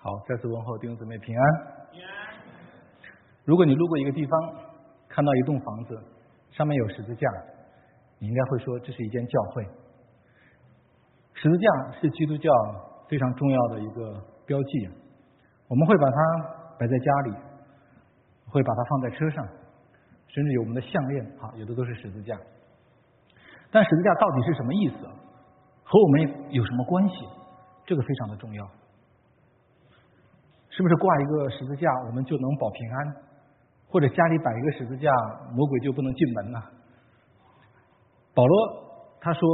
好，再次问候弟兄姊妹平安。如果你路过一个地方，看到一栋房子，上面有十字架，你应该会说这是一间教会。十字架是基督教非常重要的一个标记，我们会把它摆在家里，会把它放在车上，甚至有我们的项链有的都是十字架。但十字架到底是什么意思，和我们有什么关系，这个非常的重要。是不是挂一个十字架我们就能保平安，或者家里摆一个十字架魔鬼就不能进门呢？保罗他说，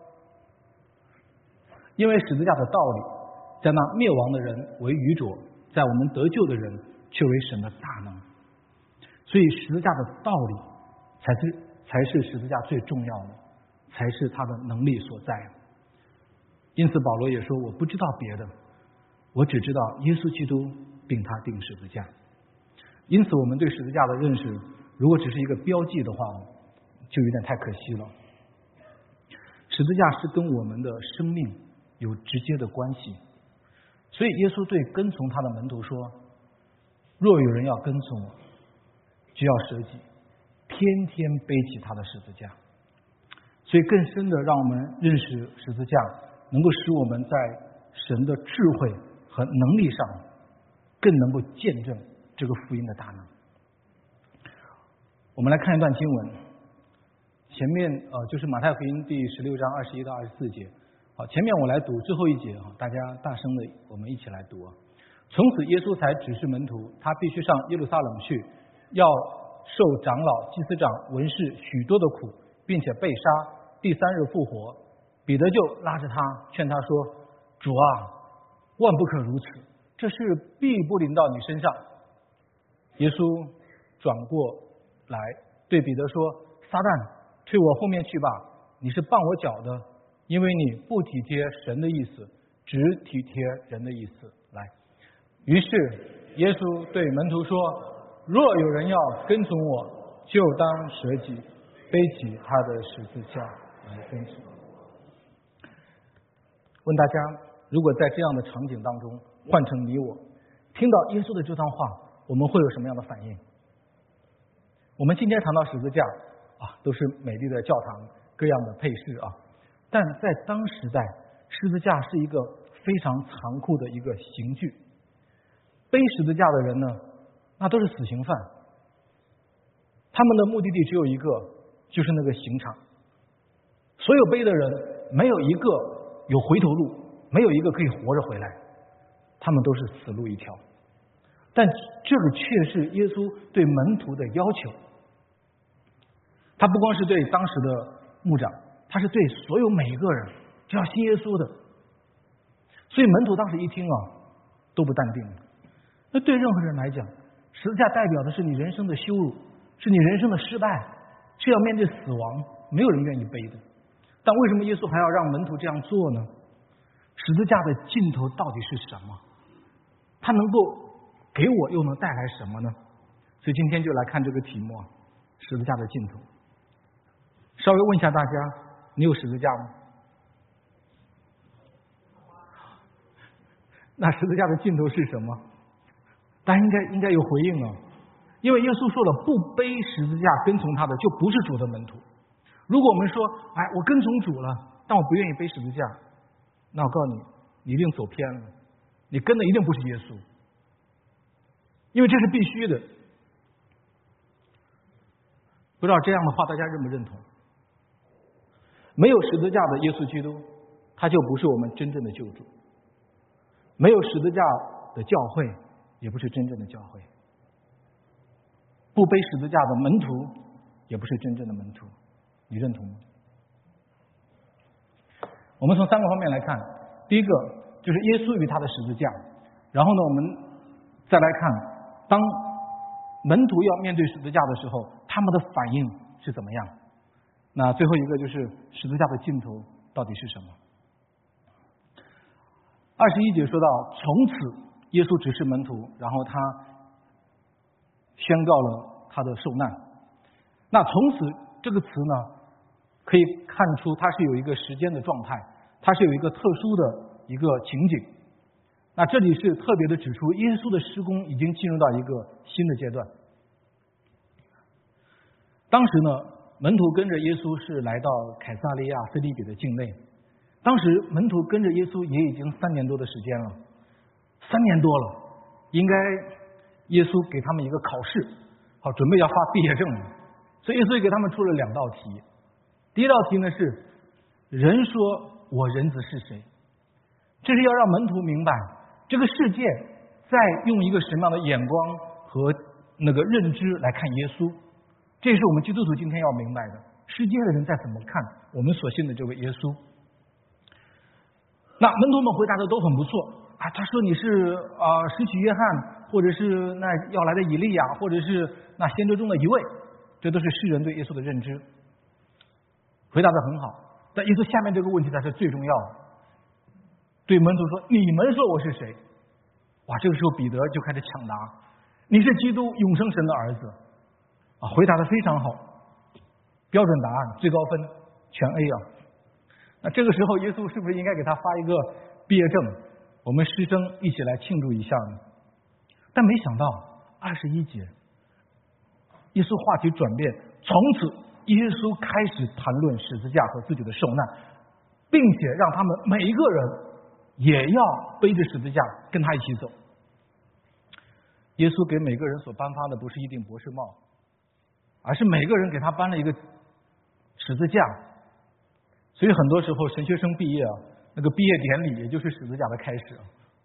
因为十字架的道理在那灭亡的人为愚拙，在我们得救的人却为神的大能。所以十字架的道理才是十字架最重要的，才是他的能力所在。因此保罗也说，我不知道别的，我只知道耶稣基督并他钉十字架。因此我们对十字架的认识，如果只是一个标记的话，就有点太可惜了。十字架是跟我们的生命有直接的关系，所以耶稣对跟从他的门徒说，若有人要跟从我，就要舍己，天天背起他的十字架。所以更深的让我们认识十字架，能够使我们在神的智慧和能力上更能够见证这个福音的大能。我们来看一段经文，前面就是马太福音第16章21到24节。好，前面我来读最后一节，大家大声的我们一起来读。从此耶稣才指示门徒，他必须上耶路撒冷去，要受长老、祭司长、文士许多的苦，并且被杀，第3日复活。彼得就拉着他劝他说，主啊，万不可如此，这事必不临到你身上。耶稣转过来对彼得说，撒旦，退我后面去吧，你是绊我脚的，因为你不体贴神的意思，只体贴人的意思。来，于是耶稣对门徒说，若有人要跟从我，就当舍己，背起他的十字架来跟从我。问大家，如果在这样的场景当中换成你我，听到耶稣的这段话，我们会有什么样的反应？我们今天谈到十字架都是美丽的教堂，各样的配饰但在当时代，十字架是一个非常残酷的一个刑具。背十字架的人呢，那都是死刑犯，他们的目的地只有一个，就是那个刑场。所有背的人没有一个有回头路，没有一个可以活着回来，他们都是死路一条。但这个却是耶稣对门徒的要求，他不光是对当时的牧长，他是对所有每一个人，只要信耶稣的。所以门徒当时一听都不淡定。那对任何人来讲，十字架代表的是你人生的羞辱，是你人生的失败，是要面对死亡，没有人愿意背的。但为什么耶稣还要让门徒这样做呢？十字架的尽头到底是什么？它能够给我又能带来什么呢？所以今天就来看这个题目，十字架的尽头。稍微问一下大家，你有十字架吗？那十字架的尽头是什么？大家应该有回应了，因为耶稣说了，不背十字架跟从他的就不是主的门徒。如果我们说，我跟从主了，但我不愿意背十字架，那我告诉你，你一定走偏了，你跟的一定不是耶稣，因为这是必须的。不知道这样的话大家认不认同？没有十字架的耶稣基督，他就不是我们真正的救主。没有十字架的教会，也不是真正的教会。不背十字架的门徒，也不是真正的门徒。你认同吗？我们从3个方面来看。第一个就是耶稣与他的十字架，然后呢，我们再来看，当门徒要面对十字架的时候，他们的反应是怎么样？那最后一个就是十字架的尽头到底是什么？21节说到，从此耶稣指示门徒，然后他宣告了他的受难。那从此这个词呢，可以看出它是有一个时间的状态，它是有一个特殊的一个情景。 那这里是特别的指出，耶稣的施工已经进入到一个新的阶段。当时呢，门徒跟着耶稣是来到凯撒利亚腓立比的境内。当时门徒跟着耶稣也已经3年多的时间了，3年多了，应该耶稣给他们一个考试，好，准备要发毕业证了。所以耶稣给他们出了2道题。第一道题呢是，人说我人子是谁？这是要让门徒明白，这个世界在用一个什么样的眼光和那个认知来看耶稣。这也是我们基督徒今天要明白的，世界的人在怎么看我们所信的这位耶稣。那门徒们回答的都很不错啊，他说你是施洗约翰，或者是那要来的以利亚，或者是那先知中的一位，这都是世人对耶稣的认知，回答的很好。但耶稣下面这个问题才是最重要的，对门徒说：“你们说我是谁？”哇，这个时候彼得就开始抢答：“你是基督，永生神的儿子。”啊，回答的非常好，标准答案，最高分，全 A 啊。那这个时候，耶稣是不是应该给他发一个毕业证？我们师生一起来庆祝一下呢？但没想到21节，耶稣话题转变，从此耶稣开始谈论十字架和自己的受难，并且让他们每一个人也要背着十字架跟他一起走。耶稣给每个人所颁发的不是一顶博士帽，而是每个人给他颁了一个十字架。所以很多时候神学生毕业那个毕业典礼也就是十字架的开始。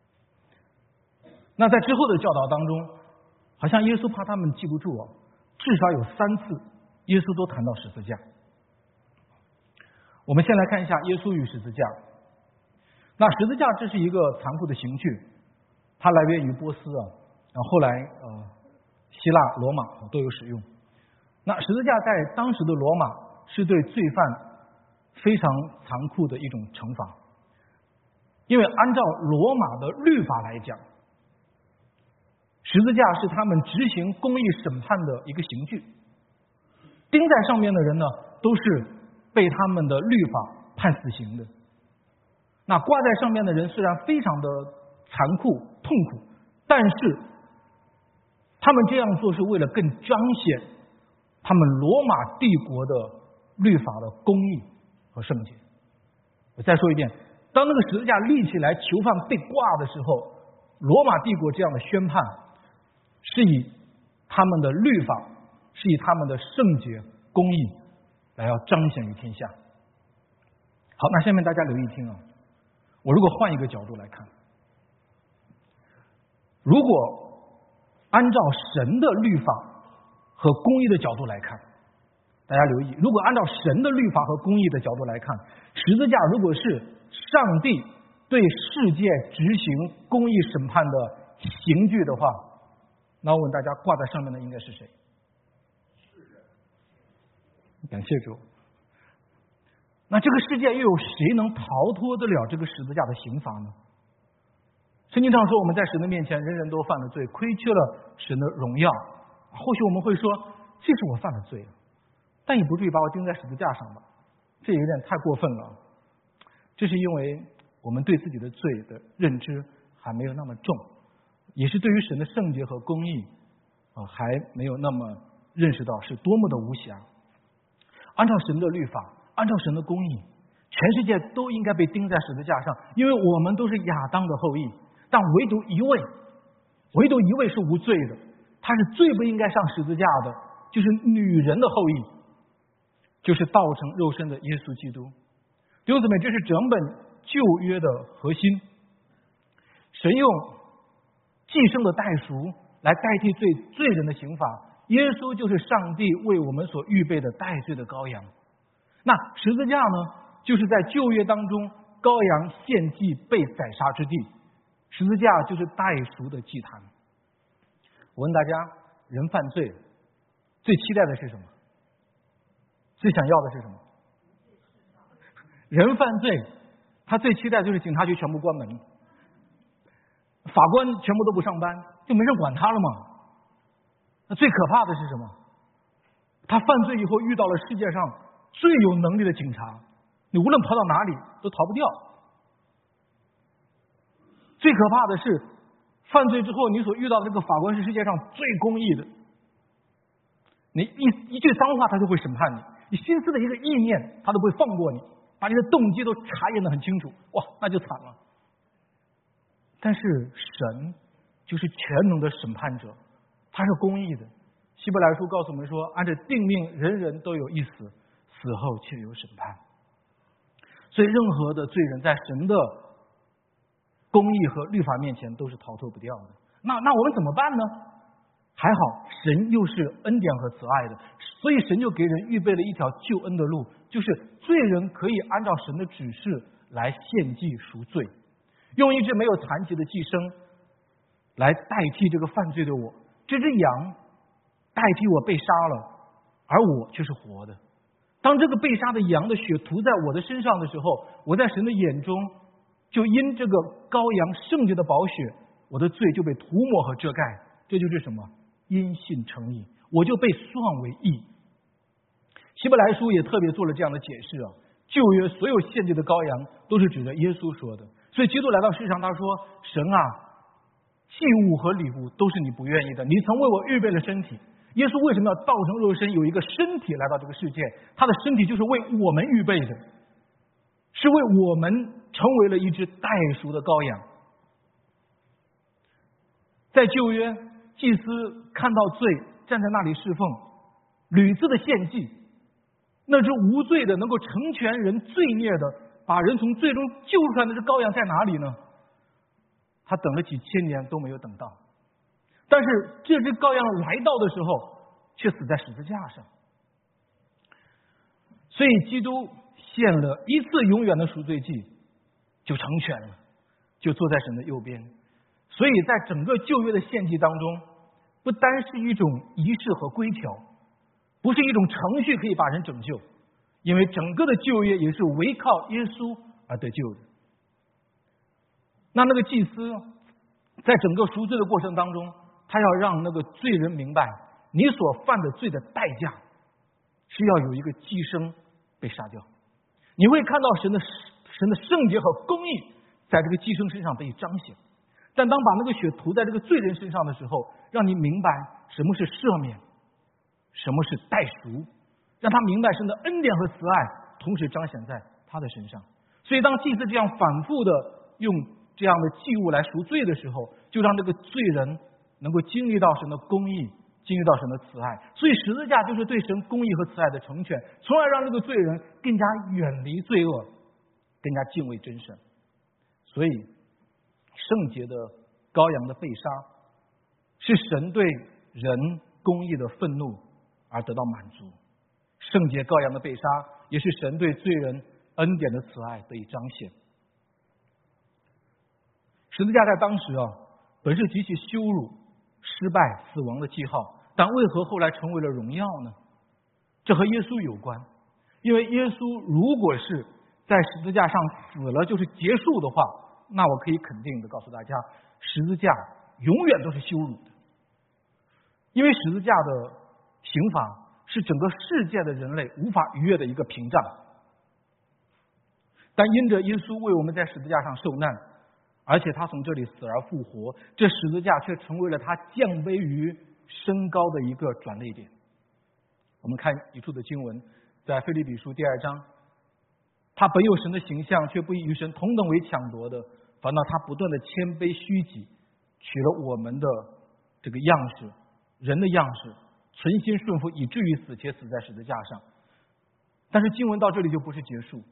那在之后的教导当中，好像耶稣怕他们记不住至少有3次耶稣都谈到十字架。我们先来看一下耶稣与十字架。那十字架这是一个残酷的刑具，它来源于波斯然后后来希腊、罗马都有使用。那十字架在当时的罗马是对罪犯非常残酷的一种惩罚，因为按照罗马的律法来讲，十字架是他们执行公义审判的一个刑具，钉在上面的人呢，都是被他们的律法判死刑的。那挂在上面的人虽然非常的残酷痛苦，但是他们这样做是为了更彰显他们罗马帝国的律法的公义和圣洁。我再说一遍，当那个十字架立起来，囚犯被挂的时候，罗马帝国这样的宣判是以他们的律法，是以他们的圣洁公义来要彰显于天下。好，那下面大家留意听我如果换一个角度来看，如果按照神的律法和公义的角度来看，大家留意，如果按照神的律法和公义的角度来看，十字架如果是上帝对世界执行公义审判的刑具的话，那我问大家，挂在上面的应该是谁？感谢主。那这个世界又有谁能逃脱得了这个十字架的刑罚呢？圣经上说，我们在神的面前人人都犯了罪，亏缺了神的荣耀。或许我们会说，这是我犯了罪了，但也不至于把我钉在十字架上吧，这有点太过分了。这是因为我们对自己的罪的认知还没有那么重，也是对于神的圣洁和公义还没有那么认识到是多么的无瑕。按照神的律法，按照神的公义，全世界都应该被钉在十字架上，因为我们都是亚当的后裔。但唯独一位是无罪的，他是最不应该上十字架的，就是女人的后裔，就是道成肉身的耶稣基督。弟兄姊妹，这是整本旧约的核心。神用寄生的代赎来代替罪人的刑罚，耶稣就是上帝为我们所预备的代罪的羔羊。那十字架呢，就是在旧约当中羔羊献祭被宰杀之地，十字架就是代赎的祭坛。我问大家，人犯罪最期待的是什么？最想要的是什么？人犯罪他最期待就是警察局全部关门，法官全部都不上班，就没人管他了嘛。那最可怕的是什么？他犯罪以后遇到了世界上最有能力的警察，你无论跑到哪里都逃不掉。 最可怕的是，犯罪之后你所遇到的这个法官是世界上最公义的。你一句脏话他就会审判你，你心思的一个意念他都不会放过你，把你的动机都查验得很清楚，哇，那就惨了。但是神就是全能的审判者，他是公义的。希伯来书告诉我们说，按照定命，人人都有一死，死后却有审判。所以任何的罪人在神的公义和律法面前都是逃脱不掉的。那我们怎么办呢？还好神又是恩典和慈爱的，所以神就给人预备了一条救恩的路，就是罪人可以按照神的指示来献祭赎罪，用一只没有残疾的寄生来代替这个犯罪的我。这只羊代替我被杀了，而我却是活的。当这个被杀的羊的血涂在我的身上的时候，我在神的眼中就因这个羔羊圣洁的宝血，我的罪就被涂抹和遮盖。这就是什么？因信称义，我就被算为义。希伯来书也特别做了这样的解释啊，旧约所有献祭的羔羊都是指着耶稣说的。所以基督来到世上，他说：神啊，祭物和礼物都是你不愿意的，你曾为我预备了身体。耶稣为什么要道成肉身，有一个身体来到这个世界？他的身体就是为我们预备的，是为我们成为了一只代赎的羔羊。在旧约，祭司看到罪，站在那里侍奉，屡次的献祭，那只无罪的能够成全人罪孽的，把人从罪中救出来的这羔羊在哪里呢？他等了几千年都没有等到。但是这只羔羊来到的时候，却死在十字架上。所以基督献了一次永远的赎罪祭，就成全了，就坐在神的右边。所以在整个旧约的献祭当中，不单是一种仪式和规条，不是一种程序可以把人拯救，因为整个的旧约也是唯靠耶稣而得救的。那个祭司在整个赎罪的过程当中，他要让那个罪人明白，你所犯的罪的代价是要有一个寄生被杀掉。你会看到神的圣洁和公义在这个寄生身上得以彰显。但当把那个血涂在这个罪人身上的时候，让你明白什么是赦免，什么是代赎，让他明白神的恩典和慈爱同时彰显在他的身上。所以当祭司这样反复的用这样的祭物来赎罪的时候，就让这个罪人能够经历到神的公义，经历到神的慈爱。所以十字架就是对神公义和慈爱的成全，从而让这个罪人更加远离罪恶，更加敬畏真神。所以圣洁的羔羊的被杀，是神对人公义的愤怒而得到满足。圣洁羔羊的被杀，也是神对罪人恩典的慈爱得以彰显。十字架在当时本是极其羞辱、失败、死亡的记号，但为何后来成为了荣耀呢？这和耶稣有关。因为耶稣如果是在十字架上死了就是结束的话，那我可以肯定的告诉大家，十字架永远都是羞辱的。因为十字架的刑罚是整个世界的人类无法逾越的一个屏障。但因着耶稣为我们在十字架上受难，而且他从这里死而复活，这十字架却成为了他降卑于升高的一个转捩点。我们看一处的经文，在腓立比书第2章，他本有神的形象，却不以与神同等为抢夺的，反倒他不断的谦卑虚己，取了我们的这个样式，人的样式，存心顺服，以至于死，且死在十字架上。但是经文到这里就不是结束，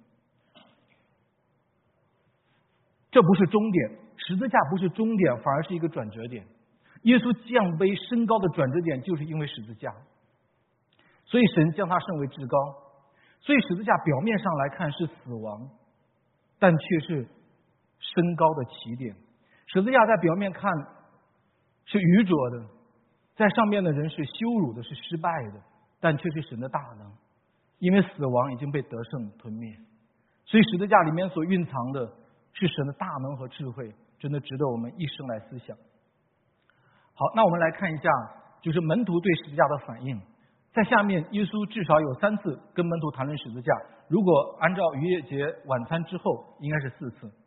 这不是终点，十字架不是终点，反而是一个转折点。耶稣降卑升高的转折点，就是因为十字架，所以神将他升为至高。所以十字架表面上来看是死亡，但却是升高的起点。十字架在表面看是愚拙的，在上面的人是羞辱的，是失败的，但却是神的大能，因为死亡已经被得胜吞灭。所以十字架里面所蕴藏的是神的大能和智慧，真的值得我们一生来思想。好，那我们来看一下，就是门徒对十字架的反应。在下面，耶稣至少有3次跟门徒谈论十字架，如果按照逾越节晚餐之后，应该是4次。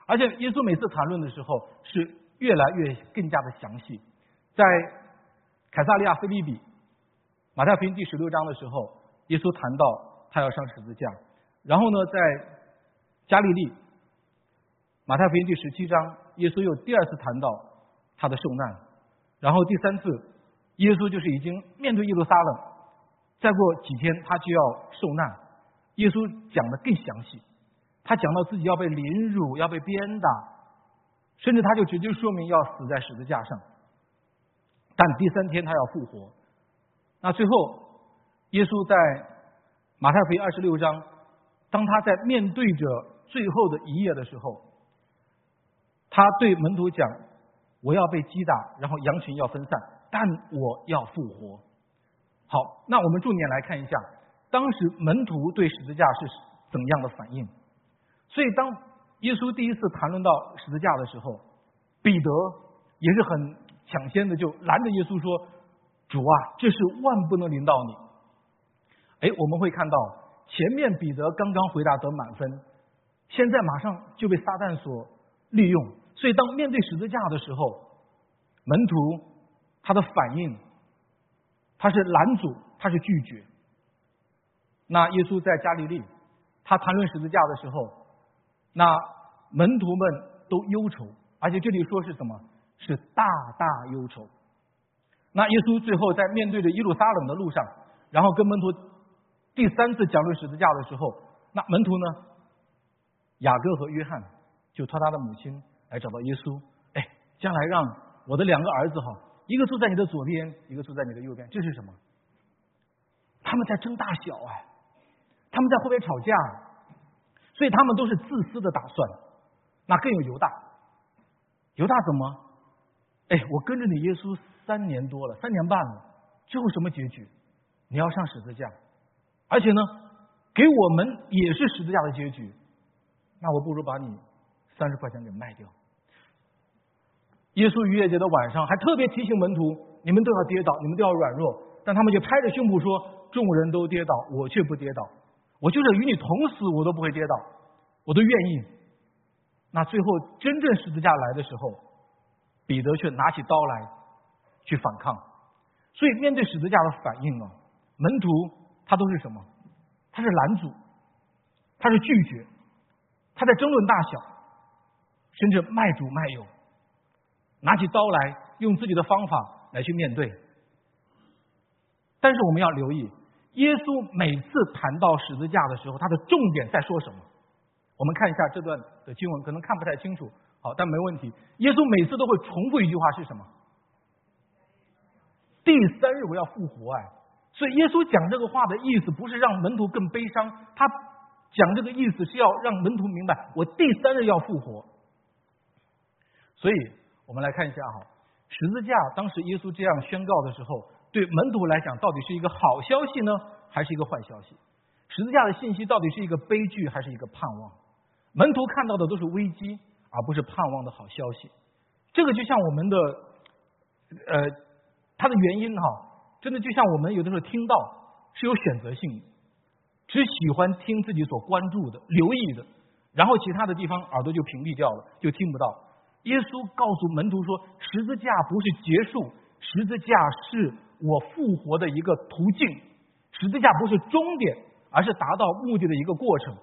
而且耶稣每次谈论的时候是越来越更加的详细。在凯撒利亚腓立比马太福音第16章的时候，耶稣谈到他要上十字架。然后呢，在加利利马太福音第17章，耶稣又第二次谈到他的受难。然后第3次，耶稣就是已经面对耶路撒冷，再过几天他就要受难。耶稣讲的更详细，他讲到自己要被凌辱，要被鞭打，甚至他就直接说明要死在十字架上。但第3天他要复活。那最后，耶稣在马太福音26章，当他在面对着最后的一夜的时候，他对门徒讲：我要被击打，然后羊群要分散，但我要复活。好，那我们重点来看一下，当时门徒对十字架是怎样的反应。所以当耶稣第一次谈论到十字架的时候，彼得也是很抢先的就拦着耶稣说：主啊，这是万不能临到你。我们会看到前面彼得刚刚回答得满分，现在马上就被撒旦所利用。所以当面对十字架的时候，门徒他的反应，他是拦阻，他是拒绝。那耶稣在加利利他谈论十字架的时候，那门徒们都忧愁，而且这里说是什么？是大大忧愁。那耶稣最后在面对着耶路撒冷的路上，然后跟门徒第3次讲论十字架的时候，那门徒呢，雅各和约翰就托他的母亲来找到耶稣，将来让我的2个儿子一个坐在你的左边，一个坐在你的右边。这是什么？他们在争大小他们在后边吵架，所以他们都是自私的打算。那更有犹大，犹大怎么？我跟着你耶稣3年多了，3年半了，最后什么结局？你要上十字架，而且呢，给我们也是十字架的结局。那我不如把你30块钱给卖掉。耶稣逾越节的晚上还特别提醒门徒，你们都要跌倒，你们都要软弱，但他们就拍着胸脯说，众人都跌倒，我却不跌倒，我就是与你同死，我都不会跌倒，我都愿意。那最后真正十字架来的时候，彼得却拿起刀来去反抗。所以面对十字架的反应门徒他都是什么？他是拦阻，他是拒绝，他在争论大小，甚至卖主卖友，拿起刀来用自己的方法来去面对。但是我们要留意，耶稣每次谈到十字架的时候，他的重点在说什么？我们看一下这段的经文，可能看不太清楚，好，但没问题。耶稣每次都会重复一句话，是什么？第3日我要复活。所以耶稣讲这个话的意思不是让门徒更悲伤，他讲这个意思是要让门徒明白，我第3日要复活。所以我们来看一下十字架当时耶稣这样宣告的时候，对门徒来讲到底是一个好消息呢，还是一个坏消息？十字架的信息到底是一个悲剧还是一个盼望？门徒看到的都是危机，而不是盼望的好消息。这个就像我们的它的原因真的就像我们有的时候听到是有选择性的，只喜欢听自己所关注的、留意的，然后其他的地方耳朵就屏蔽掉了，就听不到。耶稣告诉门徒说，十字架不是结束，十字架是我复活的一个途径，十字架不是终点，而是达到目的的一个过程。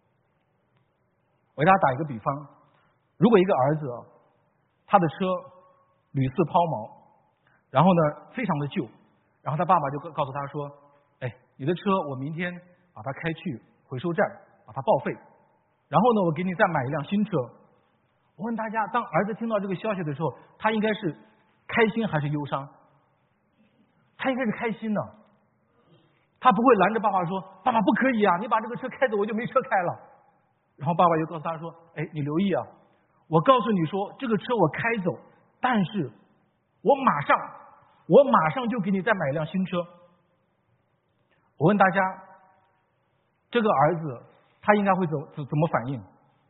我给大家打一个比方，如果一个儿子他的车屡次抛锚，然后呢非常的旧，然后他爸爸就告诉他说，你的车我明天把它开去回收站把它报废，然后呢我给你再买一辆新车。我问大家，当儿子听到这个消息的时候，他应该是开心还是忧伤？他应该是开心的，他不会拦着爸爸说，爸爸不可以你把这个车开走我就没车开了。然后爸爸又告诉他说，你留意我告诉你说这个车我开走，但是我马上就给你再买一辆新车。我问大家，这个儿子他应该会怎么反应？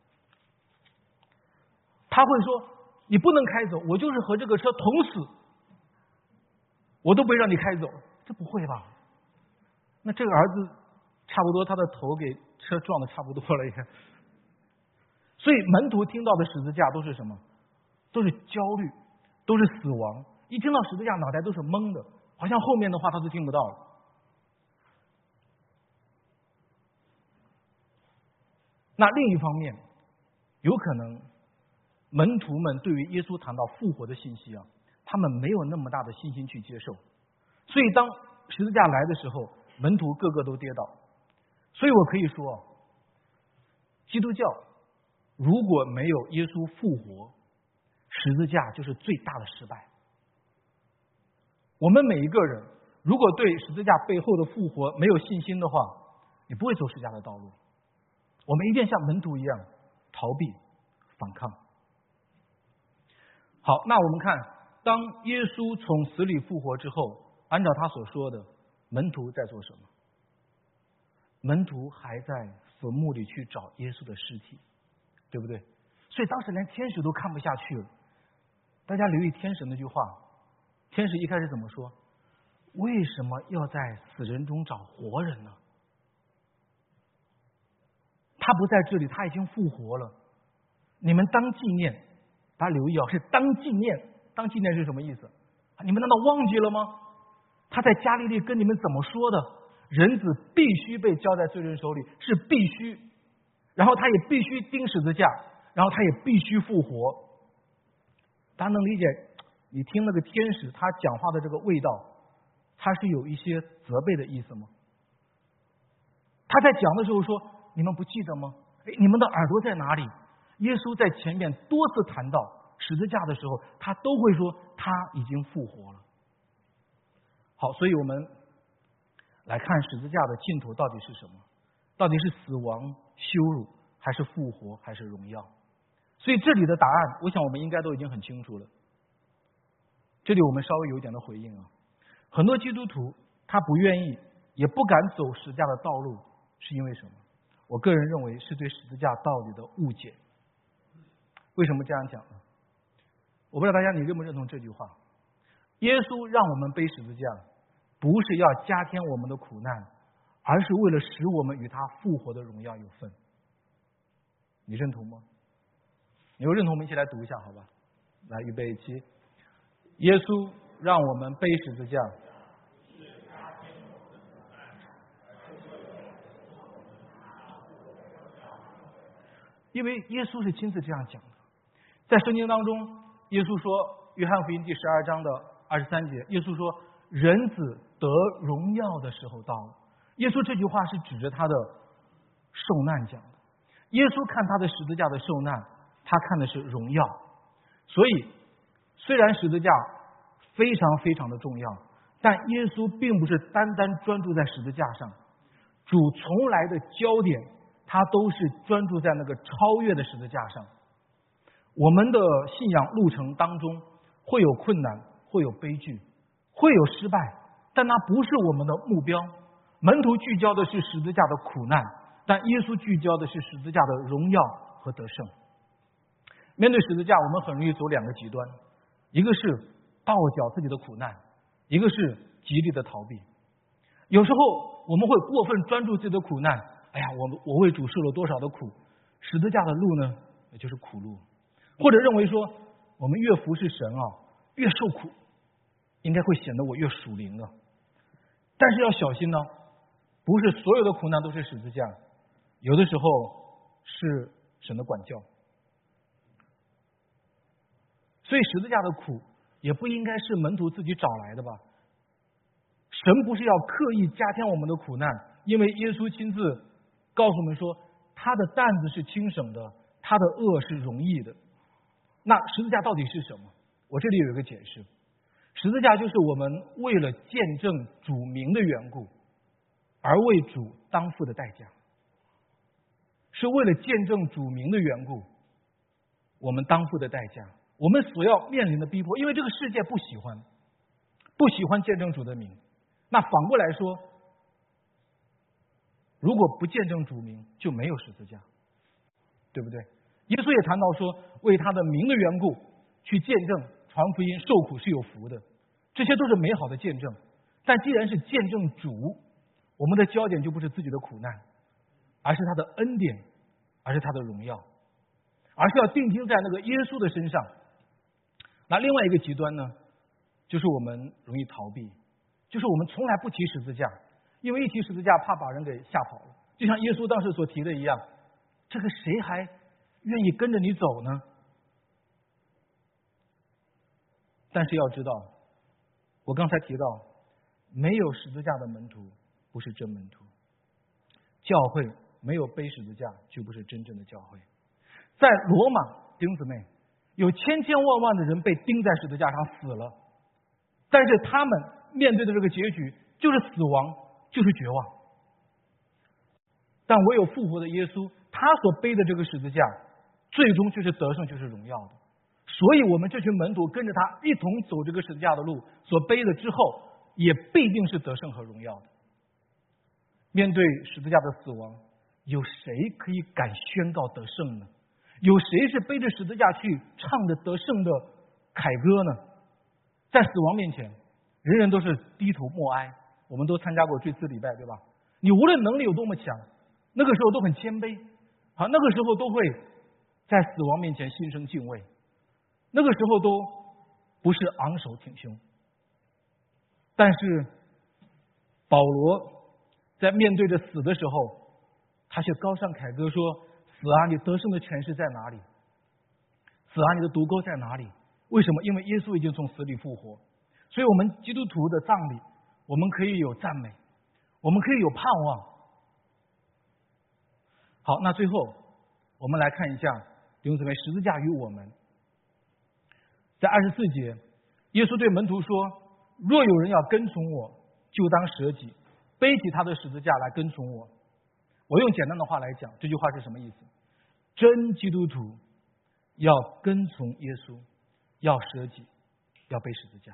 他会说，你不能开走，我就是和这个车同死，我都不会让你开走。这不会吧？那这个儿子差不多他的头给车撞的差不多了也。 所以门徒听到的十字架都是什么？都是焦虑，都是死亡。一听到十字架，脑袋都是懵的，好像后面的话他都听不到了。那另一方面，有可能门徒们对于耶稣谈到复活的信息啊，他们没有那么大的信心去接受，所以当十字架来的时候，门徒个个都跌倒。所以我可以说，基督教如果没有耶稣复活，十字架就是最大的失败。我们每一个人如果对十字架背后的复活没有信心的话，你不会走十字架的道路。我们一定像门徒一样逃避、反抗。好，那我们看，当耶稣从死里复活之后，按照他所说的，门徒在做什么？门徒还在坟墓里去找耶稣的尸体，对不对？所以当时连天使都看不下去了。大家留意天使那句话，天使一开始怎么说？为什么要在死人中找活人呢？他不在这里，他已经复活了。你们当纪念，大家留意啊，是当纪念。当纪念是什么意思？你们难道忘记了吗？他在加利利跟你们怎么说的？人子必须被交在罪人手里，是必须。然后他也必须钉十字架，然后他也必须复活。大家能理解？你听那个天使他讲话的这个味道，他是有一些责备的意思吗？他在讲的时候说：“你们不记得吗？你们的耳朵在哪里？”耶稣在前面多次谈到十字架的时候，他都会说他已经复活了。好，所以我们来看十字架的尽头到底是什么？到底是死亡、羞辱，还是复活，还是荣耀？所以这里的答案，我想我们应该都已经很清楚了。这里我们稍微有一点的回应啊，很多基督徒他不愿意，也不敢走十字架的道路，是因为什么？我个人认为是对十字架道理的误解。为什么这样讲呢？我不知道大家你认不认同这句话？耶稣让我们背十字架，不是要加添我们的苦难，而是为了使我们与他复活的荣耀有份。你认同吗？你有认同，我们一起来读一下好吧？来，预备起。耶稣让我们背十字架，因为耶稣是亲自这样讲的。在圣经当中，耶稣说，约翰福音第12章的23节，耶稣说，人子得荣耀的时候到了。耶稣这句话是指着他的受难讲的。耶稣看他的十字架的受难，他看的是荣耀。所以虽然十字架非常非常的重要，但耶稣并不是单单专注在十字架上，主从来的焦点他都是专注在那个超越的十字架上。我们的信仰路程当中会有困难，会有悲剧，会有失败，但那不是我们的目标。门徒聚焦的是十字架的苦难，但耶稣聚焦的是十字架的荣耀和得胜。面对十字架，我们很容易走两个极端，一个是倒脚自己的苦难，一个是极力的逃避。有时候我们会过分专注自己的苦难，哎呀，我为主受了多少的苦，十字架的路呢，也就是苦路。或者认为说，我们越服侍神啊，越受苦，应该会显得我越属灵啊。但是要小心呢，不是所有的苦难都是十字架，有的时候是神的管教。所以十字架的苦也不应该是门徒自己找来的吧？神不是要刻意加添我们的苦难，因为耶稣亲自告诉我们说，他的担子是轻省的，他的恶是容易的。那十字架到底是什么？我这里有一个解释，十字架就是我们为了见证主名的缘故而为主当付的代价，是为了见证主名的缘故我们当付的代价，我们所要面临的逼迫。因为这个世界不喜欢见证主的名，那反过来说，如果不见证主名，就没有十字架，对不对？耶稣也谈到说，为他的名的缘故去见证传福音受苦是有福的，这些都是美好的见证。但既然是见证主，我们的焦点就不是自己的苦难，而是他的恩典，而是他的荣耀。 而是要定睛在那个耶稣的身上。那另外一个极端呢，就是我们容易逃避，就是我们从来不提十字架，因为一提十字架怕把人给吓跑了。就像耶稣当时所提的一样，这个谁还愿意跟着你走呢？但是要知道，我刚才提到，没有十字架的门徒不是真门徒，教会没有背十字架就不是真正的教会。在罗马，弟兄姊妹，有千千万万的人被钉在十字架上死了，但是他们面对的这个结局就是死亡，就是绝望。但唯有复活的耶稣，他所背的这个十字架，最终就是得胜，就是荣耀的。所以我们这群门徒跟着他一同走这个十字架的路，所背的之后，也必定是得胜和荣耀的。面对十字架的死亡，有谁可以敢宣告得胜呢？有谁是背着十字架去唱着得胜的凯歌呢？在死亡面前，人人都是低头默哀。我们都参加过追思礼拜，对吧？你无论能力有多么强，那个时候都很谦卑，那个时候都会在死亡面前心生敬畏，那个时候都不是昂首挺胸。但是保罗在面对着死的时候，他却高唱凯歌说：死啊，你得胜的权势在哪里？死啊，你的毒钩在哪里？为什么？因为耶稣已经从死里复活。所以我们基督徒的葬礼，我们可以有赞美，我们可以有盼望。好，那最后我们来看一下弟兄姊妹，十字架与我们。在24节，耶稣对门徒说：若有人要跟从我，就当舍己，背起他的十字架来跟从我。我用简单的话来讲，这句话是什么意思？真基督徒要跟从耶稣，要舍己，要背十字架。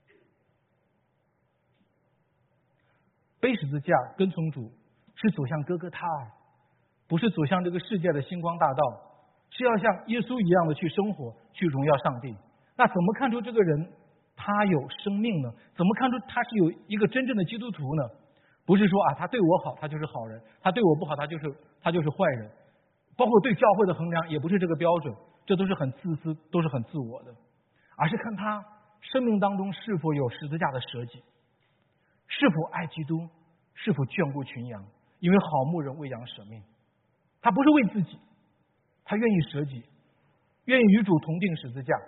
背十字架跟从主，是走向哥哥他尔，不是走向这个世界的星光大道，是要像耶稣一样的去生活，去荣耀上帝。那怎么看出这个人他有生命呢？怎么看出他是有一个真正的基督徒呢？不是说他对我好，他就是好人；他对我不好，他就是坏人。包括对教会的衡量，也不是这个标准，这都是很自私，都是很自我的，而是看他生命当中是否有十字架的舍己，是否爱基督，是否眷顾群羊。因为好牧人为羊舍命，他不是为自己，他愿意舍己，愿意与主同定十字架。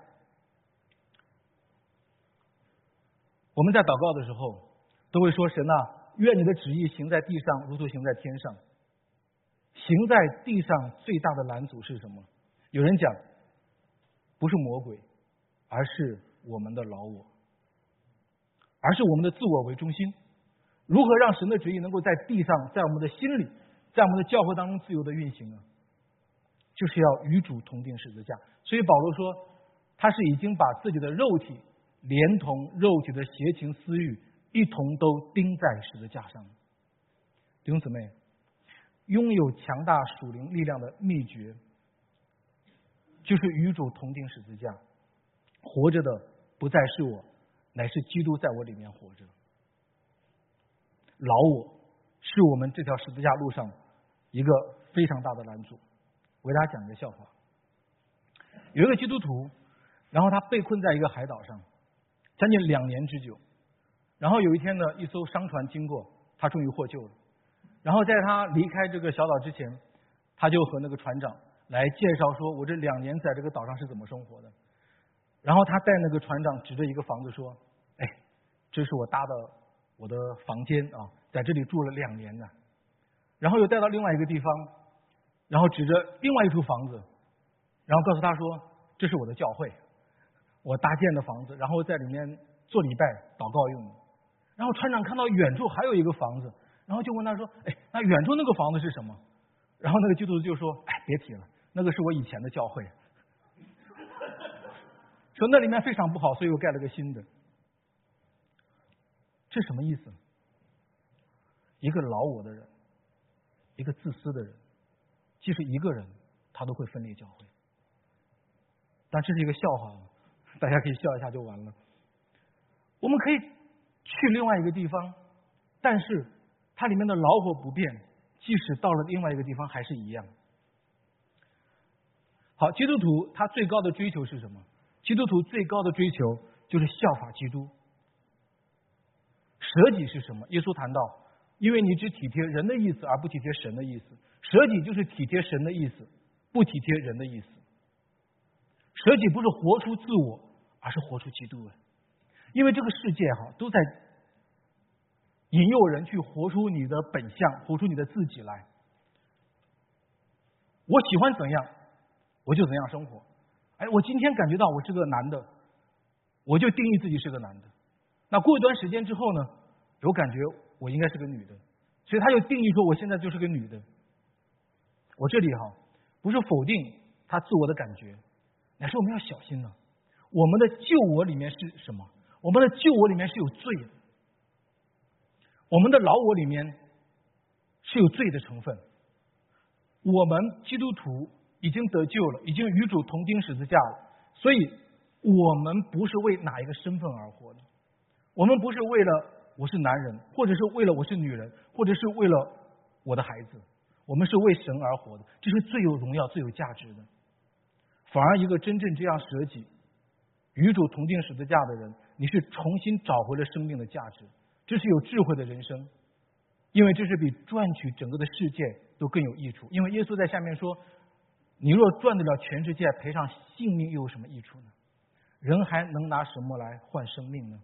我们在祷告的时候都会说：神啊，愿你的旨意行在地上，如同行在天上。行在地上最大的拦阻是什么？有人讲，不是魔鬼，而是我们的老我，而是我们的自我为中心。如何让神的旨意能够在地上，在我们的心里，在我们的教会当中自由的运行呢？就是要与主同定十字架。所以保罗说，他是已经把自己的肉体连同肉体的邪情私欲一同都钉在十字架上。弟兄姊妹，拥有强大属灵力量的秘诀，就是与主同定十字架。活着的不再是我，乃是基督在我里面活着。老我是我们这条十字架路上一个非常大的拦阻。我给大家讲一个笑话。有一个基督徒，然后他被困在一个海岛上将近2年之久。然后有一天呢，一艘商船经过，他终于获救了。然后在他离开这个小岛之前，他就和那个船长来介绍说，我这2年在这个岛上是怎么生活的。然后他带那个船长指着一个房子说：这是我搭的我的房间啊，在这里住了2年呢。然后又带到另外一个地方，然后指着另外一处房子，然后告诉他说，这是我的教会，我搭建的房子，然后在里面做礼拜祷告用的。然后船长看到远处还有一个房子，然后就问他说：那远处那个房子是什么？然后那个基督徒就说：别提了，那个是我以前的教会，说那里面非常不好，所以我盖了个新的。这什么意思？一个老我的人，一个自私的人，即使一个人他都会分裂教会。但这是一个笑话，大家可以笑一下就完了。我们可以去另外一个地方，但是它里面的老我不变，即使到了另外一个地方还是一样。 好，基督徒他最高的追求是什么？基督徒最高的追求就是效法基督。舍己是什么？耶稣谈到，因为你只体贴人的意思而不体贴神的意思。舍己就是体贴神的意思，不体贴人的意思。舍己不是活出自我，而是活出基督。因为这个世界都在引诱人去活出你的本相，活出你的自己来。我喜欢怎样，我就怎样生活。我今天感觉到我是个男的，我就定义自己是个男的。那过一段时间之后呢，有感觉我应该是个女的，所以他就定义说我现在就是个女的。我这里不是否定他自我的感觉，乃是我们要小心了。我们的旧我里面是什么？我们的旧我里面是有罪的，我们的老我里面是有罪的成分。我们基督徒已经得救了，已经与主同钉十字架了，所以我们不是为哪一个身份而活的。我们不是为了我是男人，或者是为了我是女人，或者是为了我的孩子，我们是为神而活的，这是最有荣耀最有价值的。反而一个真正这样舍己与主同钉十字架的人，你是重新找回了生命的价值，这是有智慧的人生，因为这是比赚取整个的世界都更有益处。因为耶稣在下面说，你若赚得了全世界，赔上性命又有什么益处呢？人还能拿什么来换生命呢？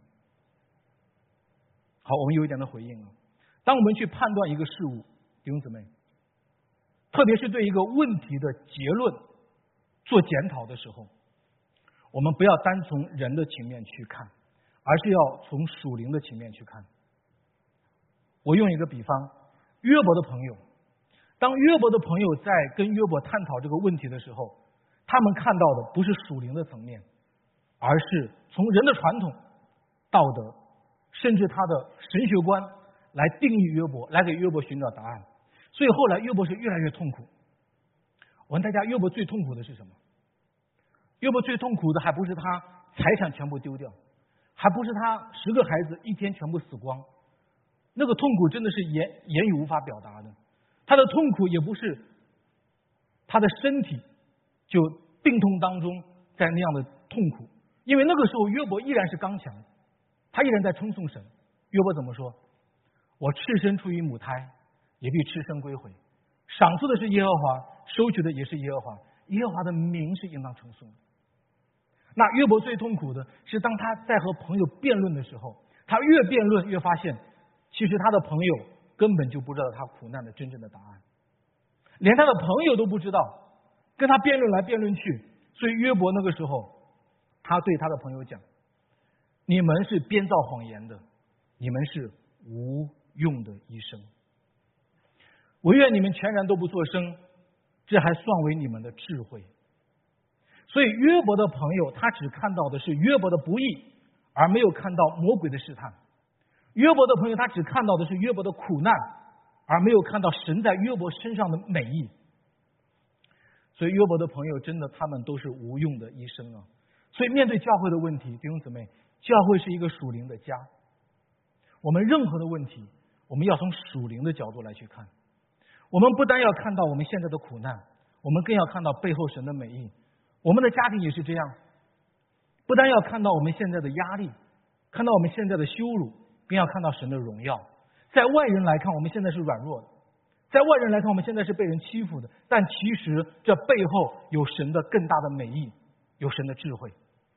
好，我们有一点的回应了。当我们去判断一个事物，弟兄姊妹，特别是对一个问题的结论做检讨的时候，我们不要单从人的情面去看，而是要从属灵的情面去看。我用一个比方，约伯的朋友，当约伯的朋友在跟约伯探讨这个问题的时候，他们看到的不是属灵的层面，而是从人的传统、道德，甚至他的神学观来定义约伯，来给约伯寻找答案。所以后来约伯是越来越痛苦。我问大家，约伯最痛苦的是什么？约伯最痛苦的还不是他财产全部丢掉，还不是他10个孩子一天全部死光，那个痛苦真的是言语无法表达的。他的痛苦也不是他的身体就病痛当中在那样的痛苦，因为那个时候约伯依然是刚强，他依然在称颂神。约伯怎么说？我赤身出于母胎，也必赤身归回。赏赐的是耶和华，收取的也是耶和华，耶和华的名是应当称颂的。那约伯最痛苦的是当他在和朋友辩论的时候，他越辩论越发现，其实他的朋友根本就不知道他苦难的真正的答案，连他的朋友都不知道，跟他辩论来辩论去。所以约伯那个时候，他对他的朋友讲，你们是编造谎言的，你们是无用的医生，我愿你们全然都不作声，这还算为你们的智慧。所以约伯的朋友他只看到的是约伯的不义，而没有看到魔鬼的试探。约伯的朋友他只看到的是约伯的苦难，而没有看到神在约伯身上的美意。所以约伯的朋友真的他们都是无用的医生啊。所以面对教会的问题，弟兄姊妹，教会是一个属灵的家，我们任何的问题我们要从属灵的角度来去看。我们不单要看到我们现在的苦难，我们更要看到背后神的美意。我们的家庭也是这样，不单要看到我们现在的压力，看到我们现在的羞辱，更要看到神的荣耀。在外人来看我们现在是软弱的，在外人来看我们现在是被人欺负的，但其实这背后有神的更大的美意，有神的智慧。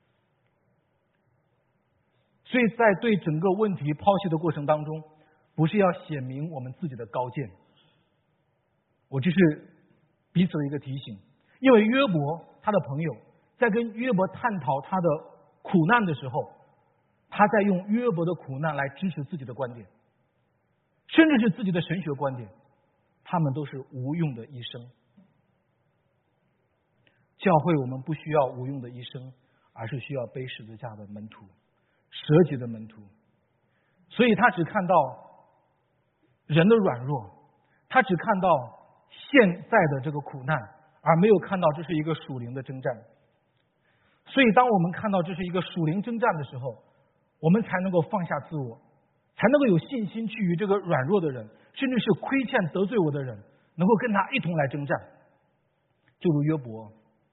所以在对整个问题剖析的过程当中，不是要显明我们自己的高见，我这是彼此的一个提醒。因为约伯他的朋友在跟约伯探讨他的苦难的时候，他在用约伯的苦难来支持自己的观点，甚至是自己的神学观点，他们都是无用的医生。教会我们不需要无用的医生，而是需要背十字架的门徒，舍己的门徒。所以他只看到人的软弱，他只看到现在的这个苦难，而没有看到这是一个属灵的征战。所以当我们看到这是一个属灵征战的时候，我们才能够放下自我，才能够有信心去与这个软弱的人，甚至是亏欠得罪我的人，能够跟他一同来征战。就如约伯，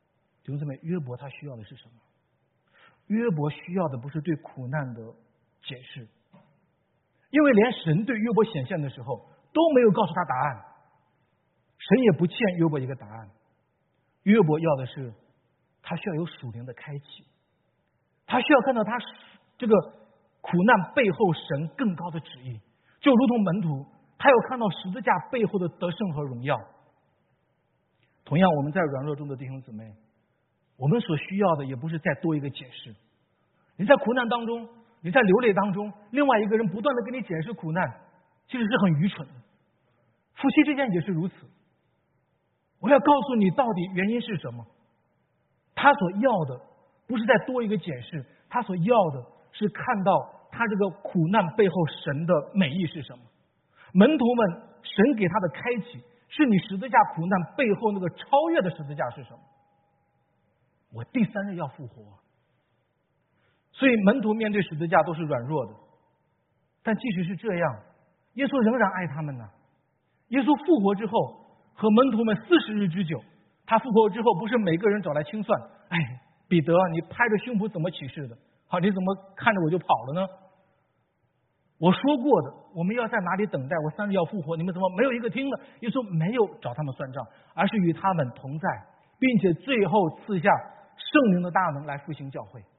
弟兄姊妹，约伯他需要的是什么？约伯需要的不是对苦难的解释，因为连神对约伯显现的时候都没有告诉他答案，神也不欠约伯一个答案。约伯要的是，他需要有属灵的开启，他需要看到他这个苦难背后神更高的旨意，就如同门徒，他要看到十字架背后的得胜和荣耀。同样，我们在软弱中的弟兄姊妹，我们所需要的也不是再多一个解释。你在苦难当中，你在流泪当中，另外一个人不断的给你解释苦难，其实是很愚蠢的。夫妻之间也是如此。我要告诉你到底原因是什么。他所要的不是再多一个解释，他所要的是看到他这个苦难背后神的美意是什么。门徒们，神给他的开启是你十字架苦难背后那个超越的十字架是什么？我第三日要复活。所以门徒面对十字架都是软弱的，但即使是这样，耶稣仍然爱他们呢。耶稣复活之后和门徒们40日之久，他复活之后不是每个人找来清算，哎，彼得你拍着胸脯怎么起誓的？好，你怎么看着我就跑了呢？我说过的，我们要在哪里等待？我3日要复活，你们怎么没有一个听的？耶稣没有找他们算账，而是与他们同在，并且最后赐下圣灵的大能来复兴教会。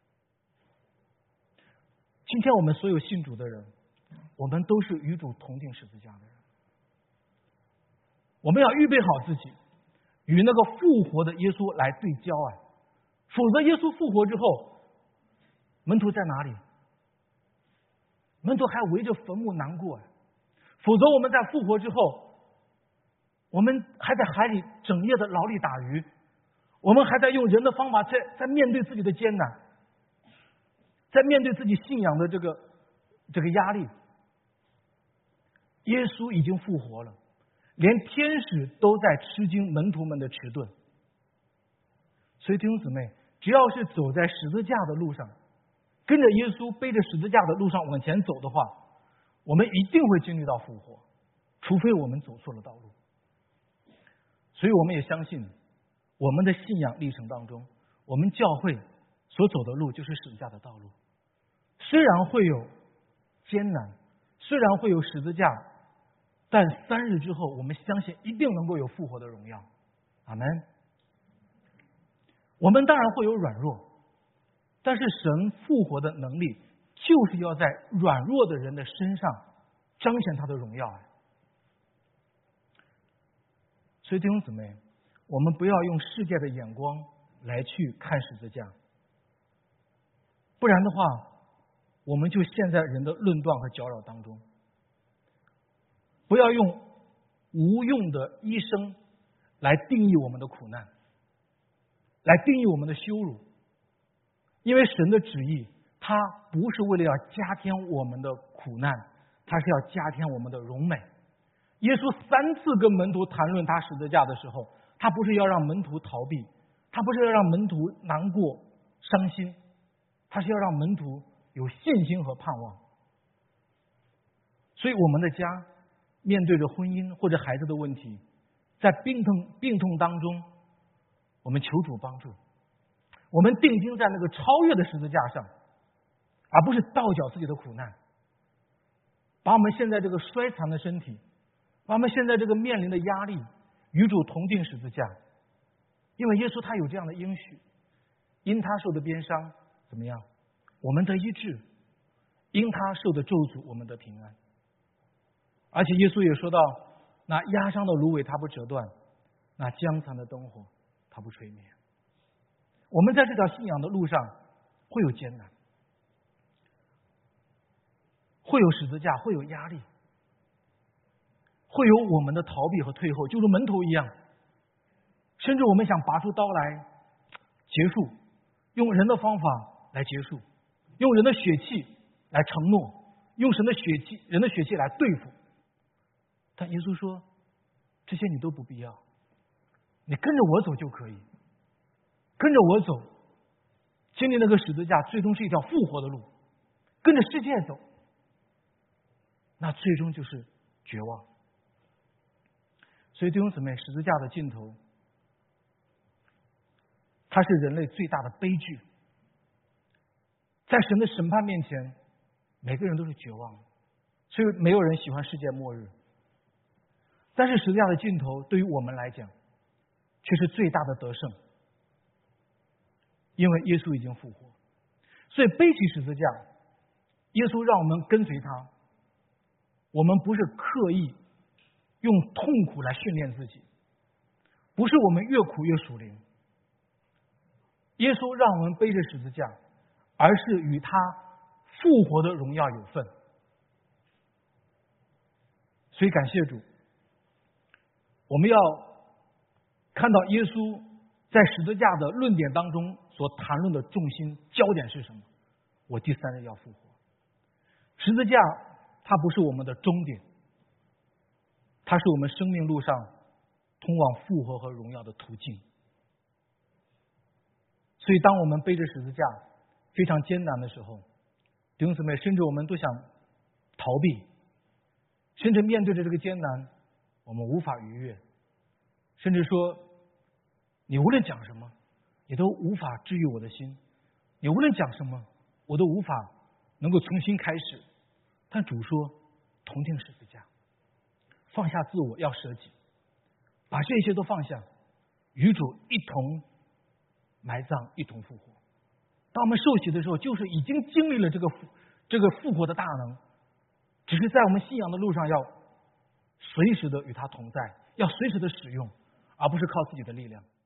今天我们所有信主的人，我们都是与主同定十字架的人。我们要预备好自己，与那个复活的耶稣来对焦啊！否则耶稣复活之后，门徒在哪里？门徒还围着坟墓难过啊！否则我们在复活之后，我们还在海里整夜的劳力打鱼，我们还在用人的方法在面对自己的艰难，在面对自己信仰的这个压力。耶稣已经复活了，连天使都在吃惊门徒们的迟钝。所以弟兄姊妹，只要是走在十字架的路上，跟着耶稣背着十字架的路上往前走的话，我们一定会经历到复活，除非我们走错了道路。所以我们也相信，我们的信仰历程当中，我们教会所走的路就是十字架的道路。虽然会有艰难，虽然会有十字架，但3日之后，我们相信一定能够有复活的荣耀。阿们。我们当然会有软弱，但是神复活的能力就是要在软弱的人的身上彰显他的荣耀。所以弟兄姊妹，我们不要用世界的眼光来去看十字架，不然的话，我们就陷在人的论断和搅扰当中。不要用无用的医生来定义我们的苦难，来定义我们的羞辱。因为神的旨意，他不是为了要加添我们的苦难，他是要加添我们的荣美。耶稣3次跟门徒谈论他十字架的时候，他不是要让门徒逃避，他不是要让门徒难过伤心，他是要让门徒有信心和盼望。所以我们的家面对着婚姻或者孩子的问题，在病痛当中，我们求主帮助，我们定睛在那个超越的十字架上，而不是倒脚自己的苦难，把我们现在这个衰残的身体，把我们现在这个面临的压力与主同定十字架。因为耶稣他有这样的应许，因他受的鞭伤怎么样，我们得医治；因他受的咒诅，我们得平安。而且耶稣也说到，那压伤的芦苇它不折断，那将残的灯火它不吹灭。我们在这条信仰的路上会有艰难，会有十字架，会有压力，会有我们的逃避和退后，就如门徒一样，甚至我们想拔出刀来结束，用人的方法来结束，用人的血气来承诺，用人的血气来对付。但耶稣说，这些你都不必要，你跟着我走就可以，跟着我走，经历那个十字架最终是一条复活的路，跟着世界走，那最终就是绝望。所以弟兄姊妹，十字架的尽头它是人类最大的悲剧。在神的审判面前，每个人都是绝望的，所以没有人喜欢世界末日。但是十字架的尽头对于我们来讲却是最大的得胜，因为耶稣已经复活。所以背起十字架，耶稣让我们跟随他，我们不是刻意用痛苦来训练自己，不是我们越苦越属灵，耶稣让我们背着十字架，而是与他复活的荣耀有份。所以感谢主，我们要看到耶稣在十字架的论点当中所谈论的重心焦点是什么？我第三日要复活。十字架它不是我们的终点，它是我们生命路上通往复活和荣耀的途径。所以当我们背着十字架非常艰难的时候，弟兄姊妹，甚至我们都想逃避，甚至面对着这个艰难我们无法逾越，甚至说你无论讲什么你都无法治愈我的心，你无论讲什么我都无法能够重新开始。但主说同定十字架，放下自我，要舍己，把这些都放下，与主一同埋葬，一同复活。当我们受洗的时候，就是已经经历了这个复活的大能，只是在我们信仰的路上要随时的与他同在，要随时的使用，而不是靠自己的力量。